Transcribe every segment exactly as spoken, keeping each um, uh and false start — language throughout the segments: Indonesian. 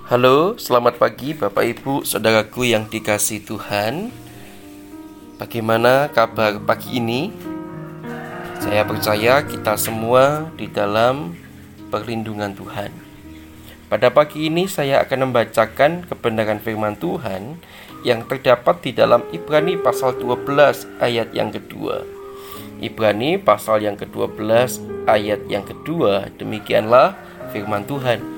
Halo, selamat pagi Bapak Ibu, saudaraku yang dikasihi Tuhan. Bagaimana kabar pagi ini? Saya percaya kita semua di dalam perlindungan Tuhan. Pada pagi ini saya akan membacakan kebenaran firman Tuhan yang terdapat di dalam Ibrani pasal dua belas ayat yang kedua. Ibrani pasal yang kedua belas ayat yang kedua, demikianlah firman Tuhan.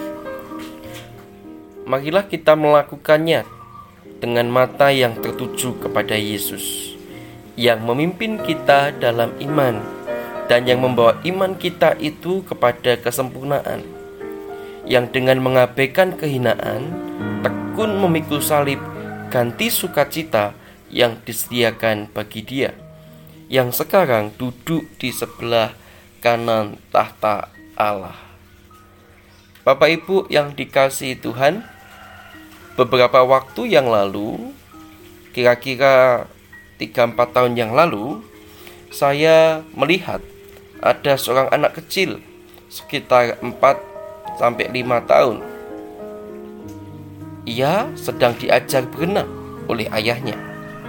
Marilah kita melakukannya dengan mata yang tertuju kepada Yesus, yang memimpin kita dalam iman dan yang membawa iman kita itu kepada kesempurnaan, yang dengan mengabaikan kehinaan, tekun memikul salib, ganti sukacita yang disediakan bagi Dia, yang sekarang duduk di sebelah kanan tahta Allah. Bapak Ibu yang dikasihi Tuhan, beberapa waktu yang lalu, kira-kira tiga sampai empat tahun yang lalu, saya melihat ada seorang anak kecil sekitar empat sampai lima tahun. Ia sedang diajar berenang oleh ayahnya.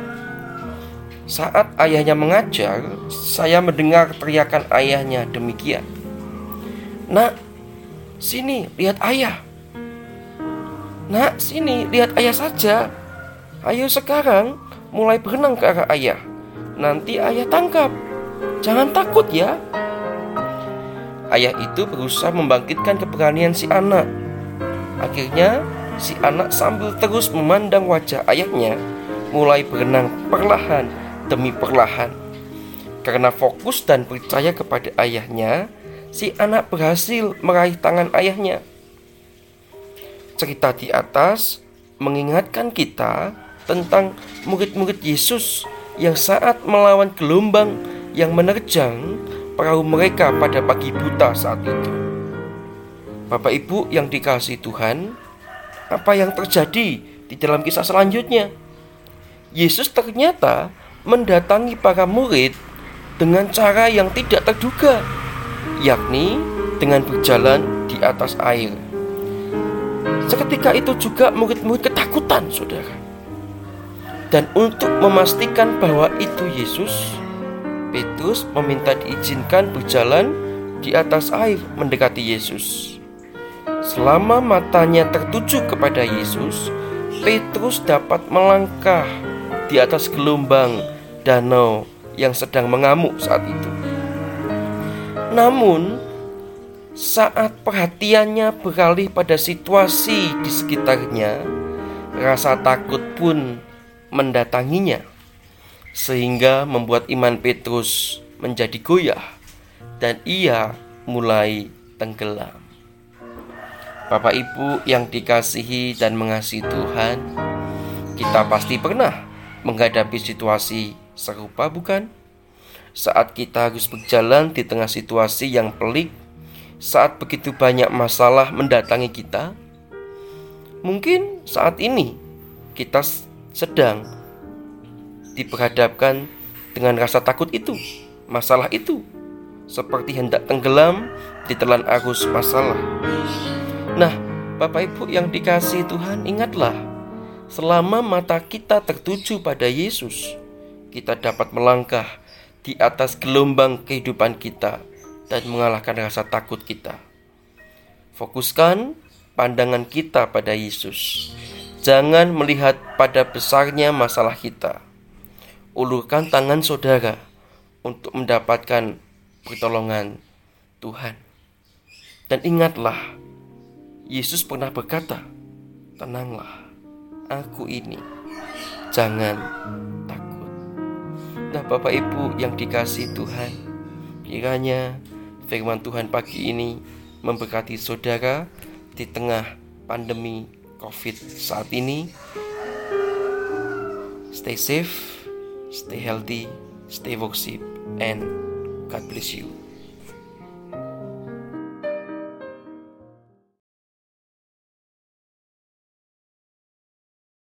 Saat ayahnya mengajar, saya mendengar teriakan ayahnya demikian, "Nak, sini, lihat ayah. Nak, sini, lihat ayah saja. Ayo sekarang mulai berenang ke arah ayah. Nanti ayah tangkap. Jangan takut ya." Ayah itu berusaha membangkitkan keberanian si anak. Akhirnya si anak sambil terus memandang wajah ayahnya mulai berenang perlahan demi perlahan. Karena fokus dan percaya kepada ayahnya, si anak berhasil meraih tangan ayahnya. Cerita di atas mengingatkan kita tentang murid-murid Yesus yang saat melawan gelombang yang menerjang perahu mereka pada pagi buta saat itu. Bapak Ibu yang dikasihi Tuhan, apa yang terjadi di dalam kisah selanjutnya? Yesus ternyata mendatangi para murid dengan cara yang tidak terduga, yakni dengan berjalan di atas air. Seketika itu juga murid-murid ketakutan, saudara. Dan untuk memastikan bahwa itu Yesus, Petrus meminta diizinkan berjalan di atas air mendekati Yesus. Selama matanya tertuju kepada Yesus, Petrus dapat melangkah di atas gelombang danau yang sedang mengamuk saat itu. Namun saat perhatiannya beralih pada situasi di sekitarnya, rasa takut pun mendatanginya, sehingga membuat iman Petrus menjadi goyah dan ia mulai tenggelam. Bapak Ibu yang dikasihi dan mengasihi Tuhan, kita pasti pernah menghadapi situasi serupa, bukan? Saat kita harus berjalan di tengah situasi yang pelik, saat begitu banyak masalah mendatangi kita. Mungkin saat ini kita sedang diperhadapkan dengan rasa takut itu, masalah itu, seperti hendak tenggelam di telan arus masalah. Nah, Bapak Ibu yang dikasihi Tuhan, ingatlah, selama mata kita tertuju pada Yesus, kita dapat melangkah di atas gelombang kehidupan kita dan mengalahkan rasa takut kita. Fokuskan pandangan kita pada Yesus. Jangan melihat pada besarnya masalah kita. Ulurkan tangan saudara untuk mendapatkan pertolongan Tuhan. Dan ingatlah, Yesus pernah berkata, "Tenanglah, aku ini, jangan takut." Nah, Bapak Ibu yang dikasihi Tuhan, kiranya firman Tuhan pagi ini memberkati saudara di tengah pandemi COVID saat ini. Stay safe, stay healthy, stay worship, and God bless you.